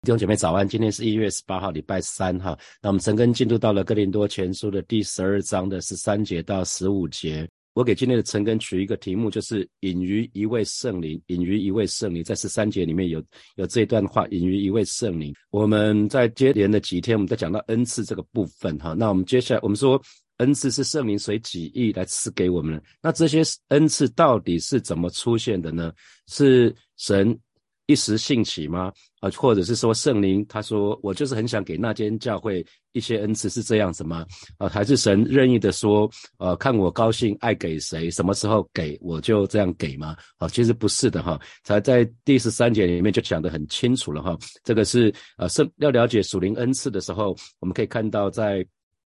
弟兄姐妹早安，今天是1月18号礼拜三哈。那我们陈根进入到了哥林多前书的第12章的13节到15节。我给今天的陈根取一个题目，就是隐于一位圣灵，隐于一位圣灵。在13节里面有这一段话，隐于一位圣灵。我们在接连的几天我们在讲到恩赐这个部分哈。那我们接下来我们说恩赐是圣灵随己意来赐给我们的，那这些恩赐到底是怎么出现的呢？是神一时兴起吗？或者是说圣灵他说我就是很想给那间教会一些恩赐，是这样子吗？还是神任意的说看我高兴爱给谁，什么时候给我就这样给吗？其实不是的哈。才在第13节里面就讲得很清楚了哈。这个是要了解属灵恩赐的时候，我们可以看到在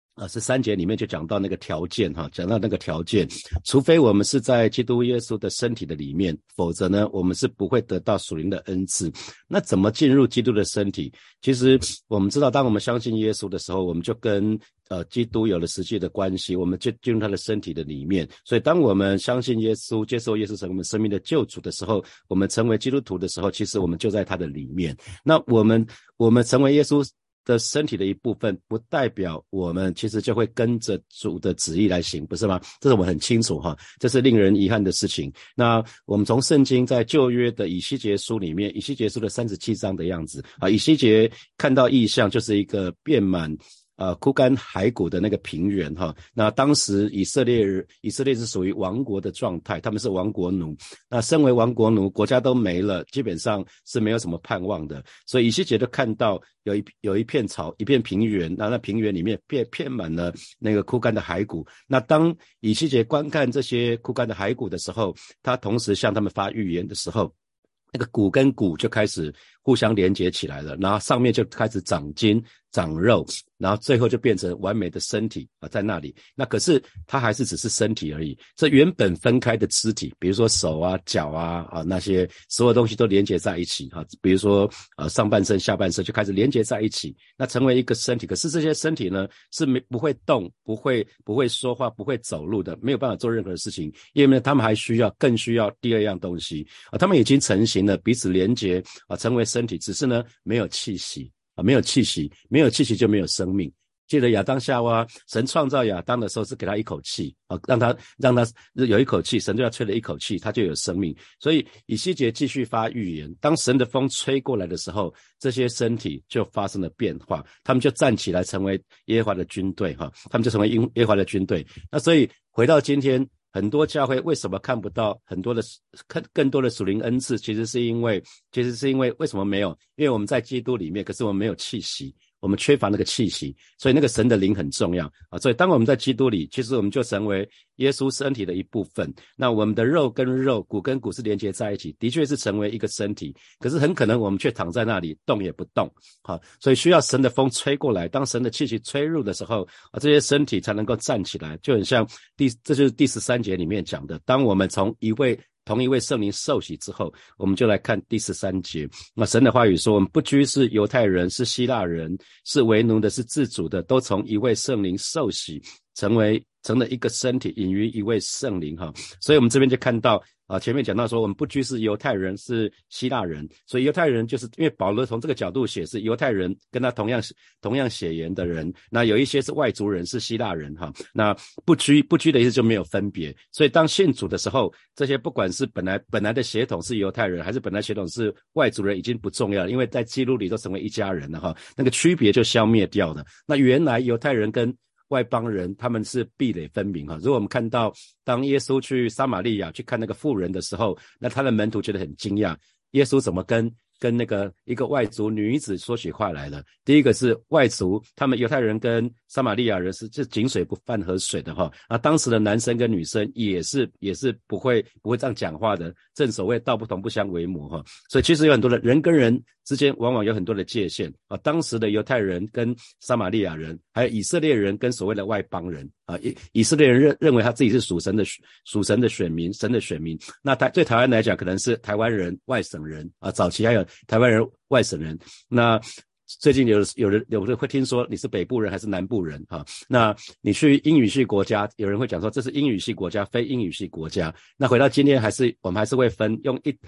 13节里面就讲到那个条件哈，讲到那个条件，除非我们是在基督耶稣的身体的里面，否则呢我们是不会得到属灵的恩赐。那怎么进入基督的身体？其实我们知道，当我们相信耶稣的时候，我们就跟基督有了实际的关系，我们就进入他的身体的里面。所以当我们相信耶稣，接受耶稣成为我们生命的救主的时候，我们成为基督徒的时候，其实我们就在他的里面。那我们成为耶稣的身体的一部分，不代表我们其实就会跟着主的旨意来行，不是吗？这是我们很清楚哈，这是令人遗憾的事情。那我们从圣经在旧约的以西结书里面，以西结书的37章的样子以西结看到异象，就是一个遍满枯干骸骨的那个平原哈。那当时以色列是属于亡国的状态，他们是亡国奴。那身为亡国奴，国家都没了，基本上是没有什么盼望的。所以以西结就看到有一片草，一片平原，那平原里面遍满了那个枯干的骸骨。那当以西结观看这些枯干的骸骨的时候，他同时向他们发预言的时候，那个骨跟骨就开始互相连接起来了，然后上面就开始长筋长肉，然后最后就变成完美的身体在那里。那可是它还是只是身体而已，这原本分开的肢体，比如说手啊脚那些所有东西都连接在一起比如说上半身下半身就开始连接在一起，那成为一个身体。可是这些身体呢是不会动，不会说话，不会走路的，没有办法做任何事情，因为他们还更需要第二样东西他们已经成型了，彼此连接成为身体，只是呢没有气息没有气息就没有生命。记得亚当夏娃，神创造亚当的时候是给他一口气让他有一口气，神对他吹了一口气，他就有生命。所以以西结继续发预言，当神的风吹过来的时候，这些身体就发生了变化，他们就站起来成为耶和华的军队他们就成为耶和华的军队。那所以回到今天，很多教会为什么看不到更多的属灵恩赐？其实是因为为什么没有？因为我们在基督里面，可是我们没有气息，我们缺乏那个气息，所以那个神的灵很重要所以当我们在基督里，其实我们就成为耶稣身体的一部分。那我们的肉跟肉，骨跟骨是连接在一起，的确是成为一个身体，可是很可能我们却躺在那里动也不动所以需要神的风吹过来，当神的气息吹入的时候这些身体才能够站起来。就很像这就是第13节里面讲的，当我们同一位圣灵受洗之后，我们就来看第13节。那神的话语说，我们不拘是犹太人，是希腊人，是为奴的，是自主的，都从一位圣灵受洗，成了一个身体，隐于一位圣灵所以我们这边就看到前面讲到说，我们不拘是犹太人，是希腊人。所以犹太人就是因为保罗从这个角度写，是犹太人跟他同样血缘的人，那有一些是外族人，是希腊人那不拘的意思就没有分别。所以当信主的时候，这些不管是本来的血统是犹太人，还是本来血统是外族人，已经不重要了，因为在基督里都成为一家人了那个区别就消灭掉了。那原来犹太人跟外邦人他们是壁垒分明如果我们看到当耶稣去撒玛利亚去看那个妇人的时候，那他的门徒觉得很惊讶，耶稣怎么跟那个一个外族女子说起话来了。第一个是外族，他们犹太人跟撒玛利亚人是井水不犯河水的当时的男生跟女生也是不会这样讲话的，正所谓道不同不相为谋所以其实有很多的人跟人之间往往有很多的界限当时的犹太人跟撒玛利亚人，还有以色列人跟所谓的外邦人以色列人认为他自己是属神的选民，神的选民。那对台湾来讲，可能是台湾人、外省人早期还有台湾人、外省人。那最近有人会听说你是北部人还是南部人那你去英语系国家，有人会讲说这是英语系国家，非英语系国家。那回到今天我们还是会分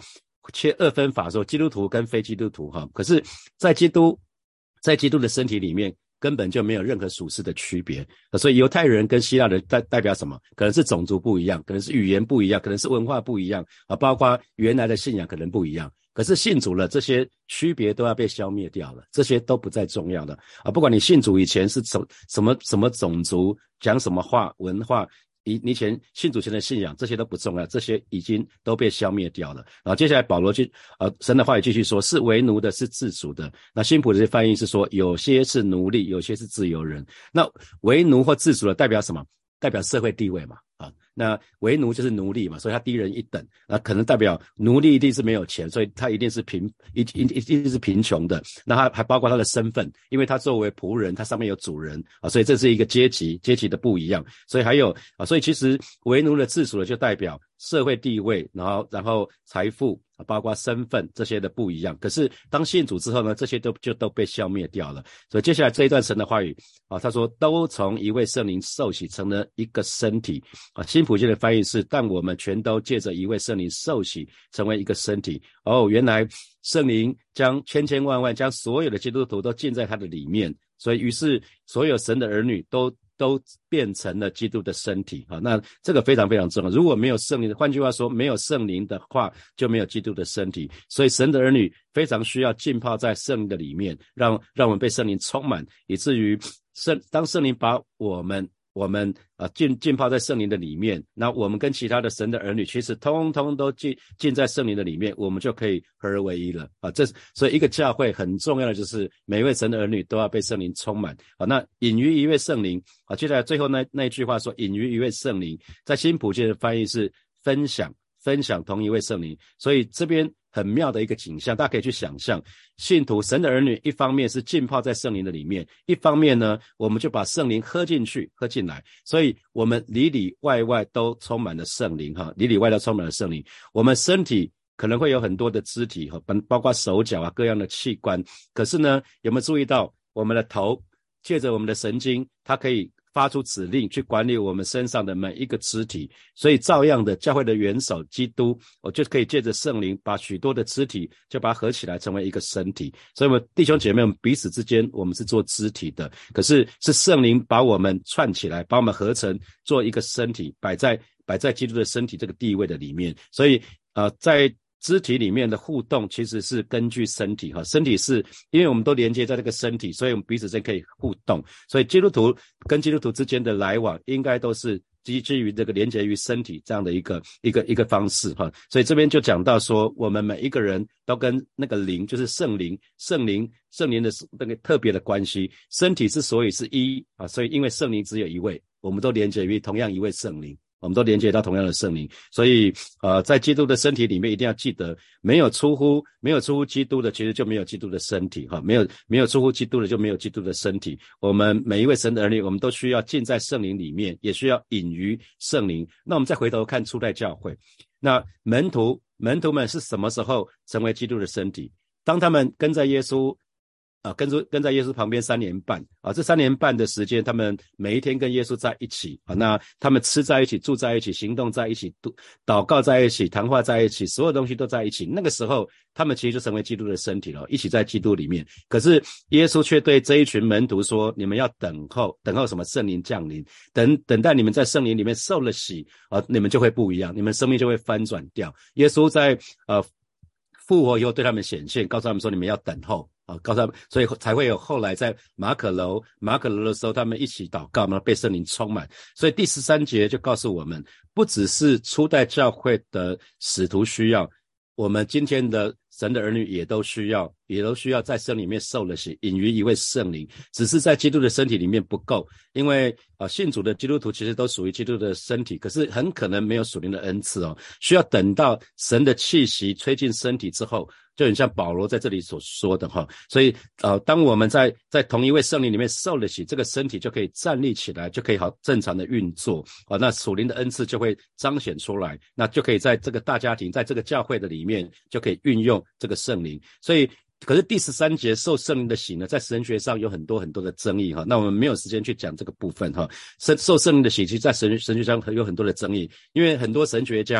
切二分法说基督徒跟非基督徒哈，可是在基督的身体里面根本就没有任何属世的区别，所以犹太人跟希腊人代表什么？可能是种族不一样，可能是语言不一样，可能是文化不一样啊，包括原来的信仰可能不一样。可是信主了，这些区别都要被消灭掉了，这些都不再重要了啊！不管你信主以前是什么种族，讲什么话，文化。你以前信主前的信仰，这些都不重要，这些已经都被消灭掉了。然后接下来保罗神的话语继续说，是为奴的，是自主的。那新普的翻译是说，有些是奴隶，有些是自由人。那为奴或自主的代表什么？代表社会地位嘛。那为奴就是奴隶嘛，所以他低人一等。那可能代表奴隶一定是没有钱，所以他一定是一定是贫穷的。那他还包括他的身份，因为他作为仆人，他上面有主人啊，所以这是一个阶级的不一样。所以还有所以其实为奴的自主的就代表社会地位，然后财富包括身份这些的不一样。可是当信主之后呢，这些都被消灭掉了。所以接下来这一段神的话语他说都从一位圣灵受洗，成了一个身体新普京的翻译是，但我们全都借着一位圣灵受洗，成为一个身体。原来圣灵将千万将所有的基督徒都浸在他的里面，所以于是所有神的儿女都变成了基督的身体那这个非常非常重要。如果没有圣灵，换句话说没有圣灵的话，就没有基督的身体。所以神的儿女非常需要浸泡在圣灵的里面，让我们被圣灵充满，以至于当圣灵把我们浸泡在圣灵的里面，那我们跟其他的神的儿女其实通通都浸在圣灵的里面，我们就可以合而为一了所以一个教会很重要的就是每一位神的儿女都要被圣灵充满那隐于一位圣灵接下来最后那一句话说隐于一位圣灵，在新普京的翻译是分享同一位圣灵。所以这边很妙的一个景象，大家可以去想象，信徒神的儿女一方面是浸泡在圣灵的里面，一方面呢我们就把圣灵喝进来，所以我们里外都充满了圣灵里外都充满了圣灵。我们身体可能会有很多的肢体包括手脚各样的器官，可是呢有没有注意到我们的头借着我们的神经，它可以发出指令去管理我们身上的每一个肢体。所以照样的教会的元首基督我就可以借着圣灵把许多的肢体就把它合起来成为一个身体。所以我们弟兄姐妹们彼此之间我们是做肢体的，可是圣灵把我们串起来，把我们合成做一个身体，摆在基督的身体这个地位的里面。所以在肢体里面的互动其实是根据身体身体是因为我们都连接在这个身体，所以我们彼此间可以互动。所以基督徒跟基督徒之间的来往应该都是基于这个连接于身体这样的一个方式所以这边就讲到说我们每一个人都跟那个灵就是圣灵的那个特别的关系。身体之所以是一所以因为圣灵只有一位，我们都连接于同样一位圣灵，我们都连接到同样的圣灵。所以在基督的身体里面一定要记得，没有出乎基督的其实就没有基督的身体没有出乎基督的就没有基督的身体。我们每一位神的儿女我们都需要浸在圣灵里面，也需要隐于圣灵。那我们再回头看初代教会，那门徒们是什么时候成为基督的身体？当他们跟在耶稣跟在耶稣旁边3年半这3年半的时间，他们每一天跟耶稣在一起那他们吃在一起，住在一起，行动在一起，祷告在一起，谈话在一起，所有东西都在一起。那个时候他们其实就成为基督的身体了，一起在基督里面。可是耶稣却对这一群门徒说，你们要等候什么？圣灵降临，等待你们在圣灵里面受了洗你们就会不一样，你们生命就会翻转掉。耶稣在复活以后对他们显现，告诉他们说你们要等候告诉他们，所以才会有后来在马可楼的时候，他们一起祷告被圣灵充满。所以第13节就告诉我们，不只是初代教会的使徒需要，我们今天的神的儿女也都需要在圣灵里面受了洗，隐于一位圣灵。只是在基督的身体里面不够，因为信主的基督徒其实都属于基督的身体，可是很可能没有属灵的恩赐需要等到神的气息吹进身体之后，就很像保罗在这里所说的所以当我们在同一位圣灵里面受了洗，这个身体就可以站立起来，就可以好正常的运作那属灵的恩赐就会彰显出来，那就可以在这个大家庭，在这个教会的里面就可以运用这个圣灵。所以可是第13节受圣灵的洗呢，在神学上有很多很多的争议那我们没有时间去讲这个部分受圣灵的洗，其实在神学上有很多的争议，因为很多神学家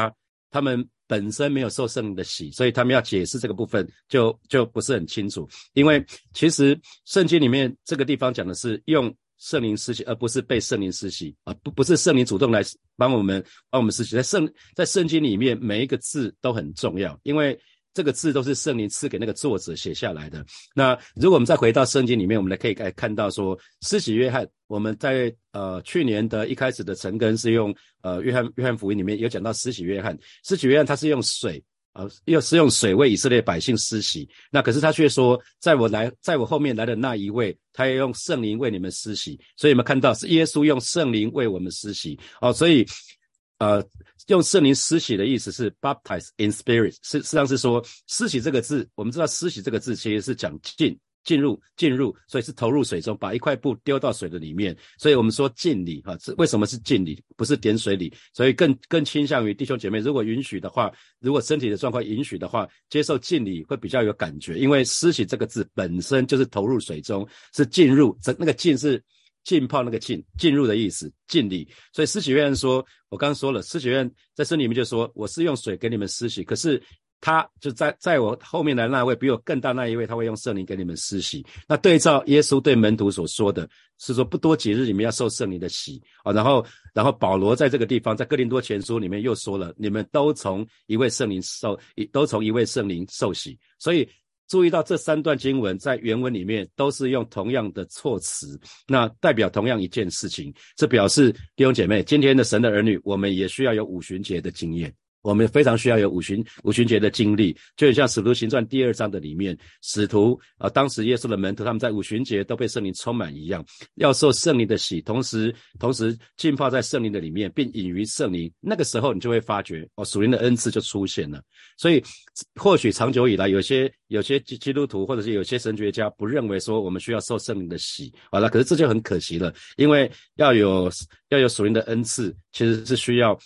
他们本身没有受圣灵的洗，所以他们要解释这个部分就不是很清楚。因为其实圣经里面这个地方讲的是用圣灵施洗，而不是被圣灵施洗啊，不是圣灵主动来帮我们施洗。在圣经里面每一个字都很重要，因为这个字都是圣灵赐给那个作者写下来的。那如果我们再回到圣经里面，我们可以看到说，施洗约翰，我们在去年的一开始的晨更是用约翰福音里面有讲到施洗约翰他是用水又是用水为以色列百姓施洗，那可是他却说在我后面来的那一位，他也用圣灵为你们施洗。所以有没有看到是耶稣用圣灵为我们施洗所以用圣灵施洗的意思是 baptize in spirit， 实际上是说施洗这个字，我们知道施洗这个字其实是讲进入，所以是投入水中，把一块布丢到水的里面，所以我们说浸礼为什么是浸礼，不是点水礼？所以更倾向于弟兄姐妹，如果允许的话，如果身体的状况允许的话，接受浸礼会比较有感觉，因为施洗这个字本身就是投入水中，是进入，那个浸是浸泡那个进入的意思，浸礼。所以施洗约翰说，我刚刚说了，施洗约翰在圣经里面就说，我是用水给你们施洗，可是他就在我后面来那位比我更大那一位，他会用圣灵给你们施洗。那对照耶稣对门徒所说的是说，不多几日你们要受圣灵的洗然后保罗在这个地方在哥林多前书里面又说了，你们都从一位圣灵受洗。所以注意到这三段经文在原文里面都是用同样的措辞，那代表同样一件事情。这表示弟兄姐妹，今天的神的儿女，我们也需要有五旬节的经验，我们非常需要有五旬节的经历，就很像使徒行传第2章的里面，使徒当时耶稣的门徒他们在五旬节都被圣灵充满一样，要受圣灵的洗，同时浸泡在圣灵的里面，并隐于圣灵。那个时候你就会发觉属灵的恩赐就出现了。所以或许长久以来有些基督徒或者是有些神学家不认为说我们需要受圣灵的洗了，可是这就很可惜了，因为要有属灵的恩赐，其实是需要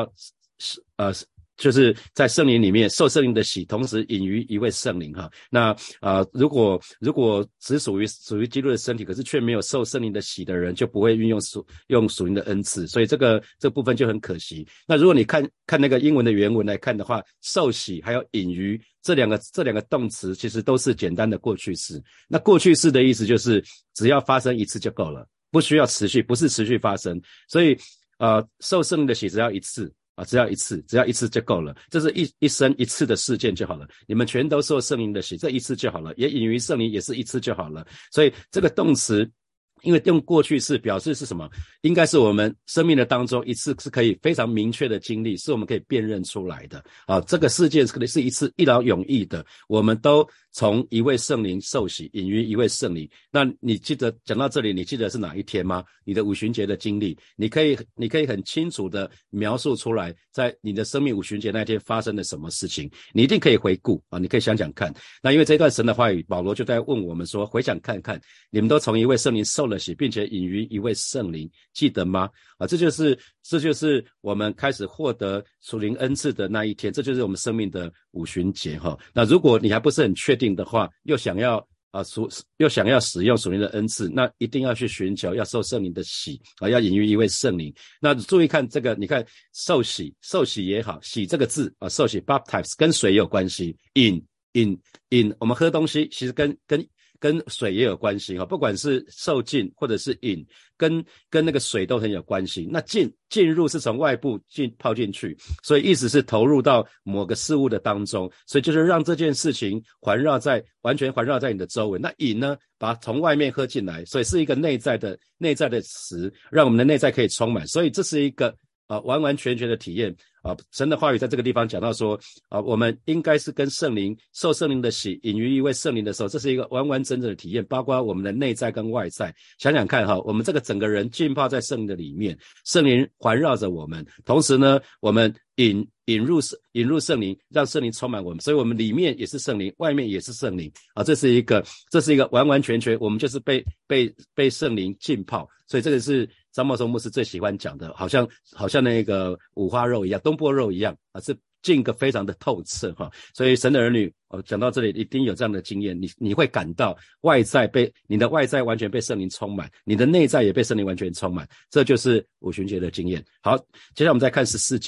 就是在圣灵里面受圣灵的洗，同时隐于一位圣灵那如果只属于基督的身体，可是却没有受圣灵的洗的人，就不会运用属灵的恩赐，所以这部分就很可惜。那如果你看那个英文的原文来看的话，受洗还有隐于这两个动词其实都是简单的过去式。那过去式的意思就是只要发生一次就够了，不需要持续，不是持续发生。所以受圣灵的洗只要一次只要一次就够了，这是一生一次的事件就好了。你们全都受圣灵的洗，这一次就好了，也隐于圣灵也是一次就好了。所以这个动词因为用过去式表示是什么？应该是我们生命的当中一次是可以非常明确的经历，是我们可以辨认出来的这个事件可能是一次一劳永逸的，我们都从一位圣灵受洗，隐于一位圣灵。那你记得讲到这里，你记得是哪一天吗？你的五旬节的经历，你可以很清楚的描述出来，在你的生命五旬节那天发生了什么事情，你一定可以回顾你可以想想看。那因为这段神的话语，保罗就在问我们说，回想看看，你们都从一位圣灵受了洗，并且隐于一位圣灵，记得吗？这就是我们开始获得属灵恩赐的那一天，这就是我们生命的五旬节那如果你还不是很确定的话，又想要使用属灵的恩赐，那一定要去寻求，要受圣灵的洗要隐于一位圣灵。那注意看这个，你看受洗也好，洗这个字受洗 baptize 跟水也有关系，饮我们喝东西其实跟水也有关系不管是受浸或者是饮，跟那个水都很有关系。那进入是从外部泡进去，所以意思是投入到某个事物的当中，所以就是让这件事情完全环绕在你的周围。那饮呢，把它从外面喝进来，所以是一个内在的词，让我们的内在可以充满，所以这是一个完完全全的体验神的话语在这个地方讲到说我们应该是跟圣灵受圣灵的洗，隐于一位圣灵的时候，这是一个完完整整的体验，包括我们的内在跟外在。想想看我们这个整个人浸泡在圣灵的里面，圣灵环绕着我们，同时呢我们引入圣灵，让圣灵充满我们，所以我们里面也是圣灵，外面也是圣灵这是一个完完全全，我们就是被圣灵浸泡。所以这个是张茂松牧师最喜欢讲的，好像那个五花肉一样，东坡肉一样是浸个非常的透彻所以神的儿女讲到这里一定有这样的经验，你会感到你的外在完全被圣灵充满，你的内在也被圣灵完全充满，这就是五旬节的经验。好，接下来我们再看14节。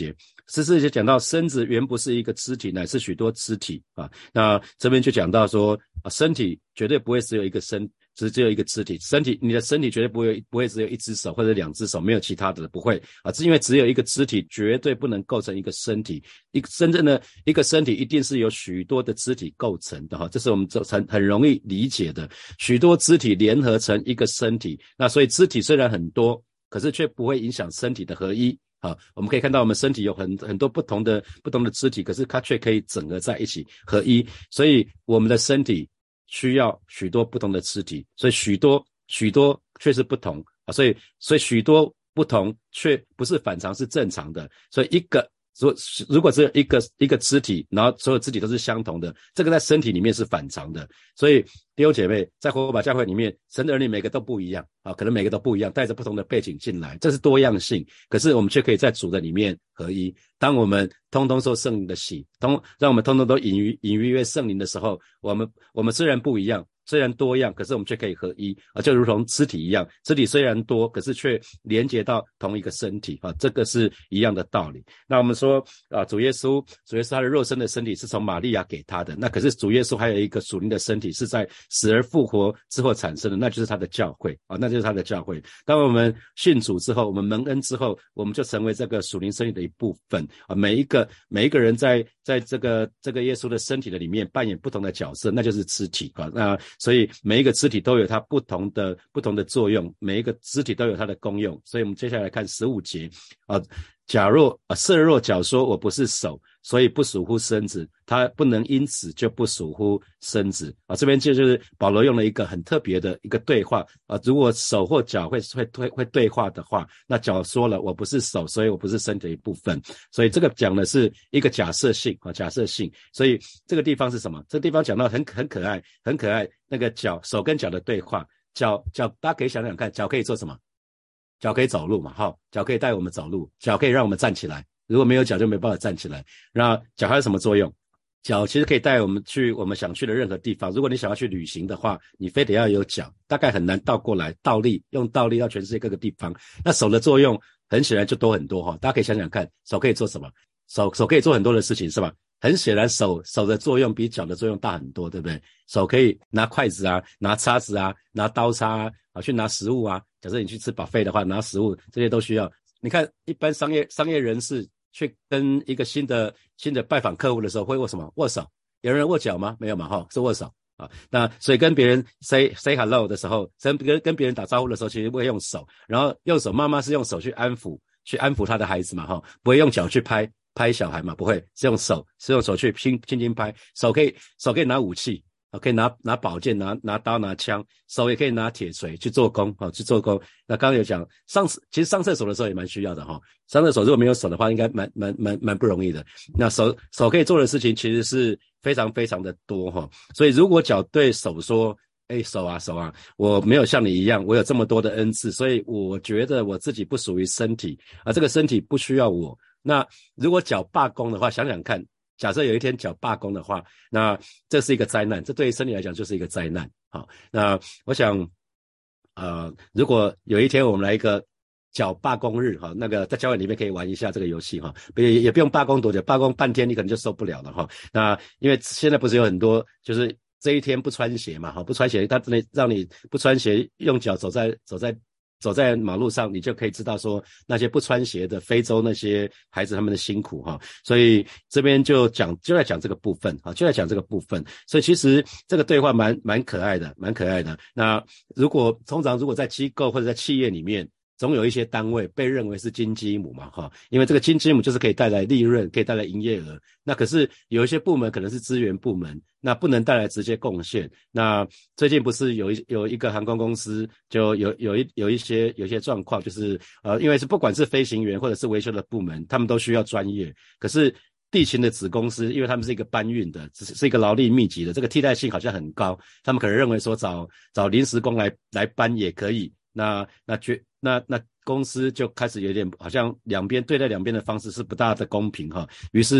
14节讲到身子原不是一个肢体，乃是许多肢体啊。那这边就讲到说身体绝对不会只有一个只有一个肢体，你的身体绝对不会只有一只手或者两只手，没有其他的，不会啊，因为只有一个肢体绝对不能构成一个身体，真正的一个身体一定是由许多的肢体构成的哈，这是我们很容易理解的，许多肢体联合成一个身体，那所以肢体虽然很多，可是却不会影响身体的合一。好，我们可以看到我们身体有很多不同的肢体，可是它却可以整合在一起合一，所以我们的身体需要许多不同的肢体，所以许多却是不同啊，所以许多不同却不是反常，是正常的，所以如果只有一个肢体，然后所有肢体都是相同的，这个在身体里面是反常的。所以弟兄姐妹，在活法教会里面，神的儿女每个都不一样啊，可能每个都不一样，带着不同的背景进来，这是多样性。可是我们却可以在主的里面合一。当我们通通受圣灵的洗，让我们通通都隐于约圣灵的时候，我们虽然不一样，虽然多样，可是我们却可以合一啊，就如同肢体一样，肢体虽然多，可是却连接到同一个身体啊，这个是一样的道理。那我们说主耶稣他的肉身的身体是从玛利亚给他的，那可是主耶稣还有一个属灵的身体是在死而复活之后产生的，那就是他的教会啊，那就是他的教会。当我们信主之后，我们蒙恩之后，我们就成为这个属灵身体的一部分啊。每一个人在这个耶稣的身体的里面扮演不同的角色，那就是肢体啊。那所以每一个肢体都有它不同的作用，每一个肢体都有它的功用。所以我们接下来看15节设若脚说我不是手，所以不属乎身子，他不能因此就不属乎身子啊。这边就是保罗用了一个很特别的一个对话啊。如果手或脚会对话的话，那脚说了我不是手，所以我不是身体的一部分。所以这个讲的是一个假设性啊，假设性。所以这个地方是什么？这个地方讲到很可爱，那个手跟脚的对话。脚大家可以想想看，脚可以做什么？脚可以走路嘛，脚可以带我们走路，脚可以让我们站起来，如果没有脚就没办法站起来。那脚还有什么作用？脚其实可以带我们去我们想去的任何地方。如果你想要去旅行的话，你非得要有脚，大概很难倒过来用倒立到全世界各个地方。那手的作用很显然就多很多大家可以想想看，手可以做什么？手可以做很多的事情，是吧？很显然手的作用比脚的作用大很多，对不对？手可以拿筷子啊，拿叉子啊，拿刀叉啊，去拿食物啊。假设你去吃 buffet 的话，拿食物这些都需要。你看一般商业人士去跟一个新的拜访客户的时候会握什么？握手。有人握脚吗？没有嘛，是握手啊。那所以跟别人 say hello 的时候，跟别人打招呼的时候，其实会用手，然后用手，妈妈是用手去安抚他的孩子嘛，不会用脚去拍小孩嘛，不会，是用手去轻轻拍。手可以拿武器，可以拿宝剑，拿刀，拿枪，手也可以拿铁锤去做工去做工。那刚刚有讲其实上厕所的时候也蛮需要的上厕所如果没有手的话，应该蛮不容易的。那手可以做的事情其实是非常非常的多所以如果脚对手说手啊，我没有像你一样，我有这么多的恩赐，所以我觉得我自己不属于身体这个身体不需要我。那如果脚罢工的话，想想看，假设有一天脚罢工的话，那这是一个灾难，这对于身体来讲就是一个灾难。好，那我想如果有一天我们来一个脚罢工日那个在教会里面可以玩一下这个游戏也不用罢工多久，罢工半天你可能就受不了了那因为现在不是有很多就是这一天不穿鞋嘛不穿鞋，他真的让你不穿鞋用脚走在马路上，你就可以知道说那些不穿鞋的非洲那些孩子他们的辛苦所以这边就在讲这个部分所以其实这个对话蛮可爱的。那通常如果在机构或者在企业里面，总有一些单位被认为是金鸡母嘛因为这个金鸡母就是可以带来利润，可以带来营业额。那可是有一些部门可能是资源部门，那不能带来直接贡献。那最近不是有一个航空公司就有一些状况，就是因为是不管是飞行员或者是维修的部门，他们都需要专业，可是地勤的子公司，因为他们是一个搬运的，是一个劳力密集的，这个替代性好像很高，他们可能认为说找临时工来搬也可以。那公司就开始有点好像对待两边的方式是不大的公平于是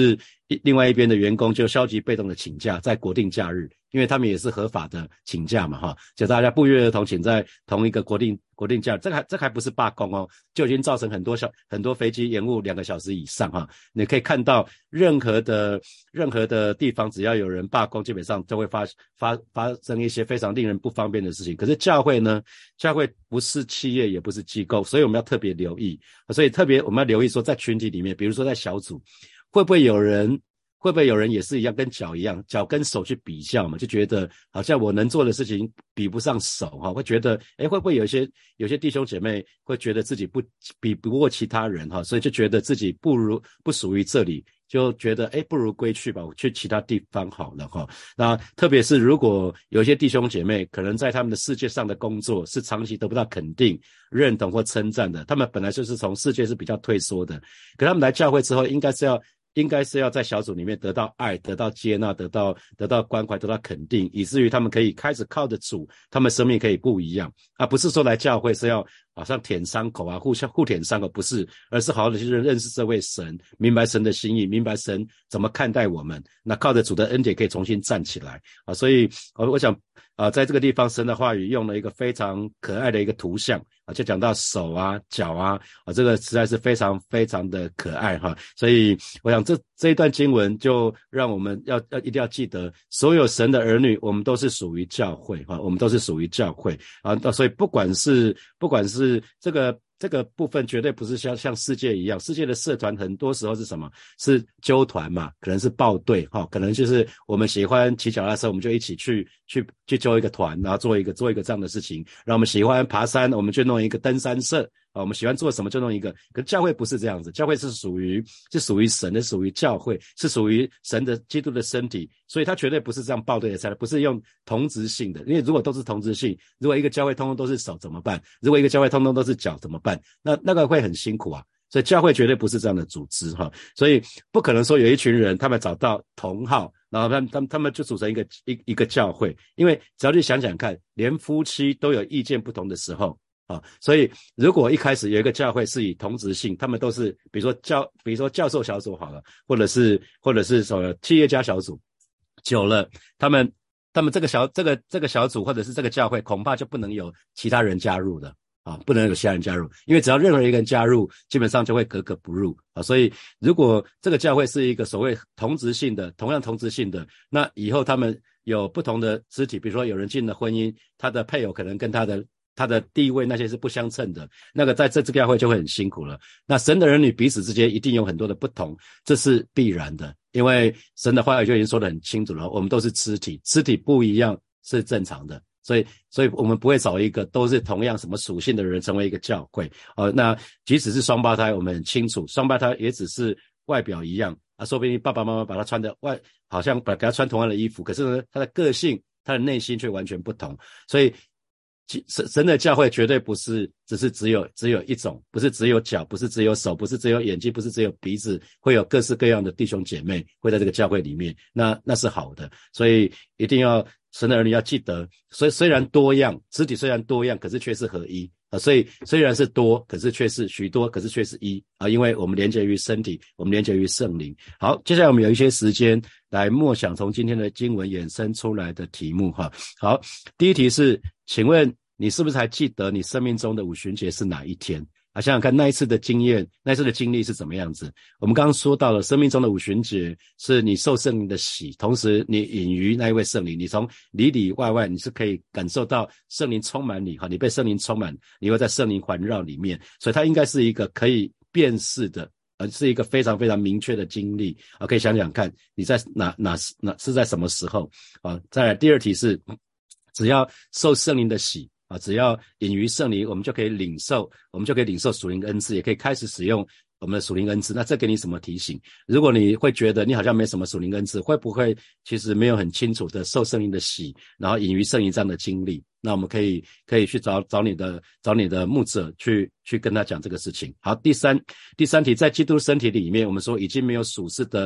另外一边的员工就消极被动的请假，在国定假日，因为他们也是合法的请假嘛哈，就大家不约而同请在同一个国定假日，这还不是罢工哦，就已经造成很多飞机延误2个小时以上哈。你可以看到任何的地方，只要有人罢工，基本上就会发生一些非常令人不方便的事情。可是教会呢，教会不是企业，也不是机构，所以我们要特别留意，所以特别我们要留意说，在群体里面，比如说在小组，会不会有人也是一样，跟脚一样，脚跟手去比较嘛，就觉得好像我能做的事情比不上手哈，会觉得会不会有些弟兄姐妹会觉得自己比不过其他人哈，所以就觉得自己不属于这里，就觉得不如归去吧，我去其他地方好了哈。那特别是如果有一些弟兄姐妹可能在他们的世界上的工作是长期得不到肯定、认同或称赞的，他们本来就是从世界是比较退缩的，可他们来教会之后应该是要在小组里面得到爱，得到接纳，得到关怀，得到肯定，以至于他们可以开始靠着主，他们生命可以不一样，不是说来教会是要好像舔伤口互舔伤口，不是，而是好好的去认识这位神，明白神的心意，明白神怎么看待我们，那靠着主的恩典可以重新站起来所以我想在这个地方神的话语用了一个非常可爱的一个图像就讲到手脚这个实在是非常非常的可爱所以我想这一段经文就让我们一定要记得，所有神的儿女我们都是属于教会我们都是属于教会所以不管是这个部分绝对不是像世界一样，世界的社团很多时候是什么？是纠团嘛，可能是报队可能就是我们喜欢骑脚踏车，我们就一起去揪一个团，然后做一个这样的事情。然后我们喜欢爬山，我们就弄一个登山社我们喜欢做什么就弄一个。可是教会不是这样子，教会是属于神的，属于教会，是属于神的基督的身体，所以它绝对不是这样报队的才，不是用同质性的。因为如果都是同质性，如果一个教会通通都是手怎么办？如果一个教会通通都是脚怎么办？那个会很辛苦所以教会绝对不是这样的组织所以不可能说有一群人他们找到同好，然后他们就组成一个教会，因为只要去想想看，连夫妻都有意见不同的时候所以如果一开始有一个教会是以同质性，他们都是比如说教授小组好了，或者是什么企业家小组，久了他们这个小组或者是这个教会恐怕就不能有其他人加入了不能有其他人加入，因为只要任何一个人加入，基本上就会格格不入所以如果这个教会是一个所谓同样同质性的，那以后他们有不同的肢体，比如说有人进了婚姻，他的配偶可能跟他的地位那些是不相称的，那个在这个教会就会很辛苦了。那神的儿女彼此之间一定有很多的不同，这是必然的，因为神的话语就已经说得很清楚了，我们都是肢体不一样是正常的。所以我们不会找一个都是同样什么属性的人成为一个教会那即使是双胞胎，我们很清楚双胞胎也只是外表一样说不定爸爸妈妈把他穿的好像给他穿同样的衣服，可是呢他的个性他的内心却完全不同。所以神的教会绝对不是只有一种，不是只有脚，不是只有手，不是只有眼睛，不是只有鼻子，会有各式各样的弟兄姐妹会在这个教会里面，那是好的。所以一定要神的儿女要记得，所以虽然多样，肢体虽然多样，可是却是合一所以虽然是多，可是却是许多，可是却是一因为我们连结于身体，我们连结于圣灵。好，接下来我们有一些时间来默想从今天的经文衍生出来的题目好，第一题是，请问你是不是还记得你生命中的五旬节是哪一天想想看那一次的经验，那一次的经历是怎么样子。我们刚刚说到了生命中的五旬节是你受圣灵的洗，同时你隐于那一位圣灵，你从里里外外你是可以感受到圣灵充满你你被圣灵充满，你会在圣灵环绕里面，所以它应该是一个可以辨识的是一个非常非常明确的经历可以想想看你在哪是在什么时候再来第二题是，只要受圣灵的洗只要隐于圣灵，我们就可以领受属灵恩赐，也可以开始使用我们的属灵恩赐。那这给你什么提醒？如果你会觉得你好像没什么属灵恩赐，会不会其实没有很清楚的受圣灵的洗，然后隐于圣灵这样的经历？那我们可以去找你的牧者去跟他讲这个事情。好，第三题，在基督身体里面，我们说已经没有属世的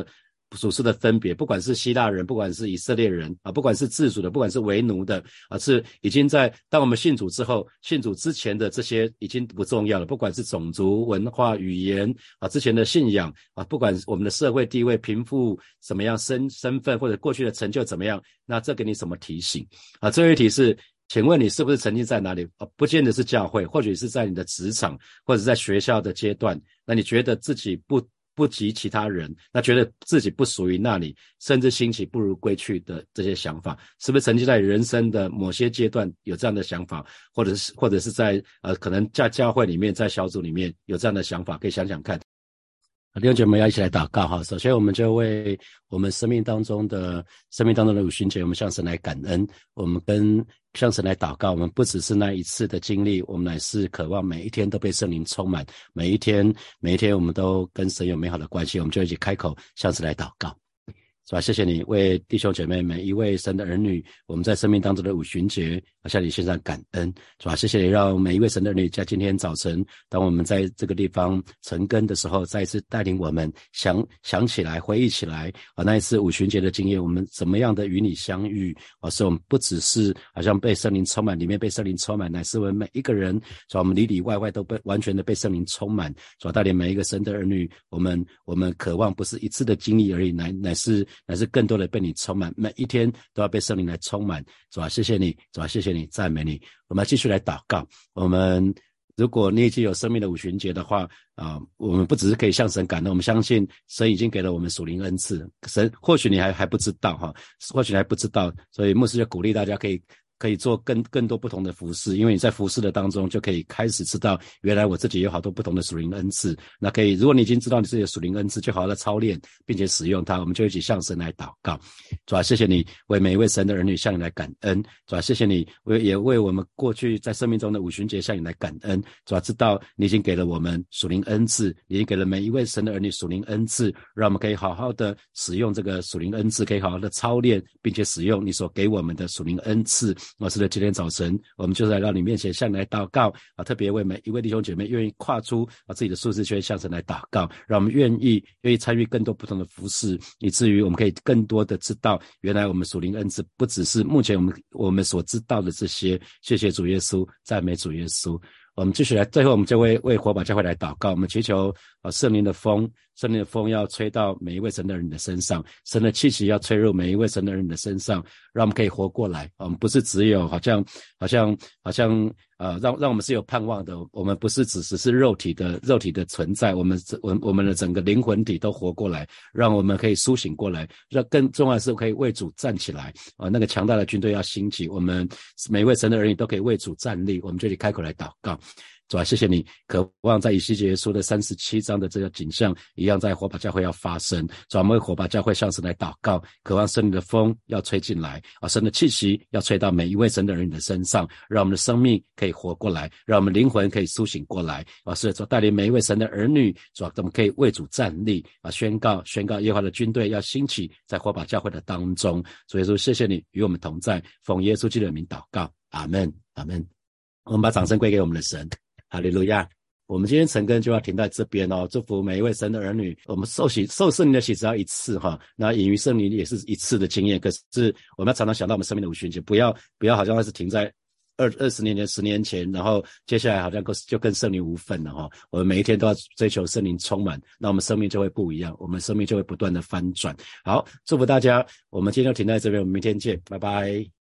属世的分别，不管是希腊人，不管是以色列人啊，不管是自主的，不管是为奴的啊，是已经在当我们信主之后，信主之前的这些已经不重要了，不管是种族、文化、语言啊，之前的信仰啊，不管我们的社会地位、贫富怎么样，身份或者过去的成就怎么样，那这给你什么提醒啊？最后一题是，请问你是不是曾经在哪里？不见得是教会，或许是在你的职场，或者在学校的阶段，那你觉得自己不及其他人，那觉得自己不属于那里，甚至兴起不如归去的这些想法，是不是曾经在人生的某些阶段有这样的想法，或者是在可能在教会里面，在小组里面有这样的想法，可以想想看。弟兄姐妹要一起来祷告哈。首先我们就为我们生命当中的五旬节，我们向神来感恩，我们向神来祷告，我们不只是那一次的经历，我们乃是渴望每一天都被圣灵充满，每一天我们都跟神有美好的关系，我们就一起开口向神来祷告。是吧？谢谢你为弟兄姐妹每一位神的儿女，我们在生命当中的五旬节向你献上感恩，是吧？谢谢你让每一位神的儿女在今天早晨，当我们在这个地方晨更的时候，再一次带领我们想起来回忆起来那一次五旬节的经验，我们怎么样的与你相遇使我们不只是好像被圣灵充满，里面被圣灵充满，乃是我们每一个人，是吧？我们里里外外都被完全的被圣灵充满，是吧？带领每一个神的儿女，我们渴望不是一次的经历而已，乃是更多的被你充满，每一天都要被圣灵来充满，主啊，谢谢你，主啊，谢谢你，赞美你。我们继续来祷告。我们如果你已经有生命的五旬节的话我们不只是可以向神感恩，我们相信神已经给了我们属灵恩赐，神或许你还不知道或许你还不知道，所以牧师就鼓励大家可以做更多不同的服事，因为你在服事的当中就可以开始知道，原来我自己有好多不同的属灵恩赐。那可以，如果你已经知道你自己的属灵恩赐，就好好的操练，并且使用它。我们就一起向神来祷告。主啊，谢谢你为每一位神的儿女向你来感恩。主啊，谢谢你也为我们过去在生命中的五旬节向你来感恩。主啊，知道你已经给了我们属灵恩赐，你已经给了每一位神的儿女属灵恩赐，让我们可以好好的使用这个属灵恩赐，可以好好的操练，并且使用你所给我们的属灵恩赐。是的，今天早晨我们就是来到你面前向你来祷告特别为每一位弟兄姐妹愿意跨出自己的舒适圈向神来祷告，让我们愿意参与更多不同的服事，以至于我们可以更多的知道，原来我们属灵恩赐不只是目前我们所知道的这些。谢谢主耶稣，赞美主耶稣。我们继续来，最后我们就为火把教会来祷告，我们祈求圣灵的风要吹到每一位神的人的身上，神的气息要吹入每一位神的人的身上，让我们可以活过来。我们不是只有好像让我们是有盼望的，我们不是只是肉体的存在，我们的整个灵魂体都活过来，让我们可以苏醒过来，让更重要的是可以为主站起来那个强大的军队要兴起，我们每一位神的儿女都可以为主站立。我们就得开口来祷告。主啊，谢谢你，渴望在以西结书的37章的这个景象一样，在火把教会要发生。主啊，我们为火把教会向神来祷告，渴望圣灵的风要吹进来神的气息要吹到每一位神的人的身上，让我们的生命可以活过来，让我们灵魂可以苏醒过来是主带领每一位神的儿女，主啊，我们可以为主站立宣告耶和华的军队要兴起在火把教会的当中。主耶稣，谢谢你与我们同在，奉耶稣基督的名祷告，阿们，阿们。我们把掌声归给我们的神，哈利路亚。我们今天晨更就要停在这边祝福每一位神的儿女。我们受圣灵的洗只要一次那饮于圣灵也是一次的经验，可是我们要常常想到我们生命的五旬节，不要好像是停在20年前10年前，然后接下来好像就跟圣灵无分了我们每一天都要追求圣灵充满，那我们生命就会不一样，我们生命就会不断的翻转。好，祝福大家，我们今天就停在这边，我们明天见，拜拜。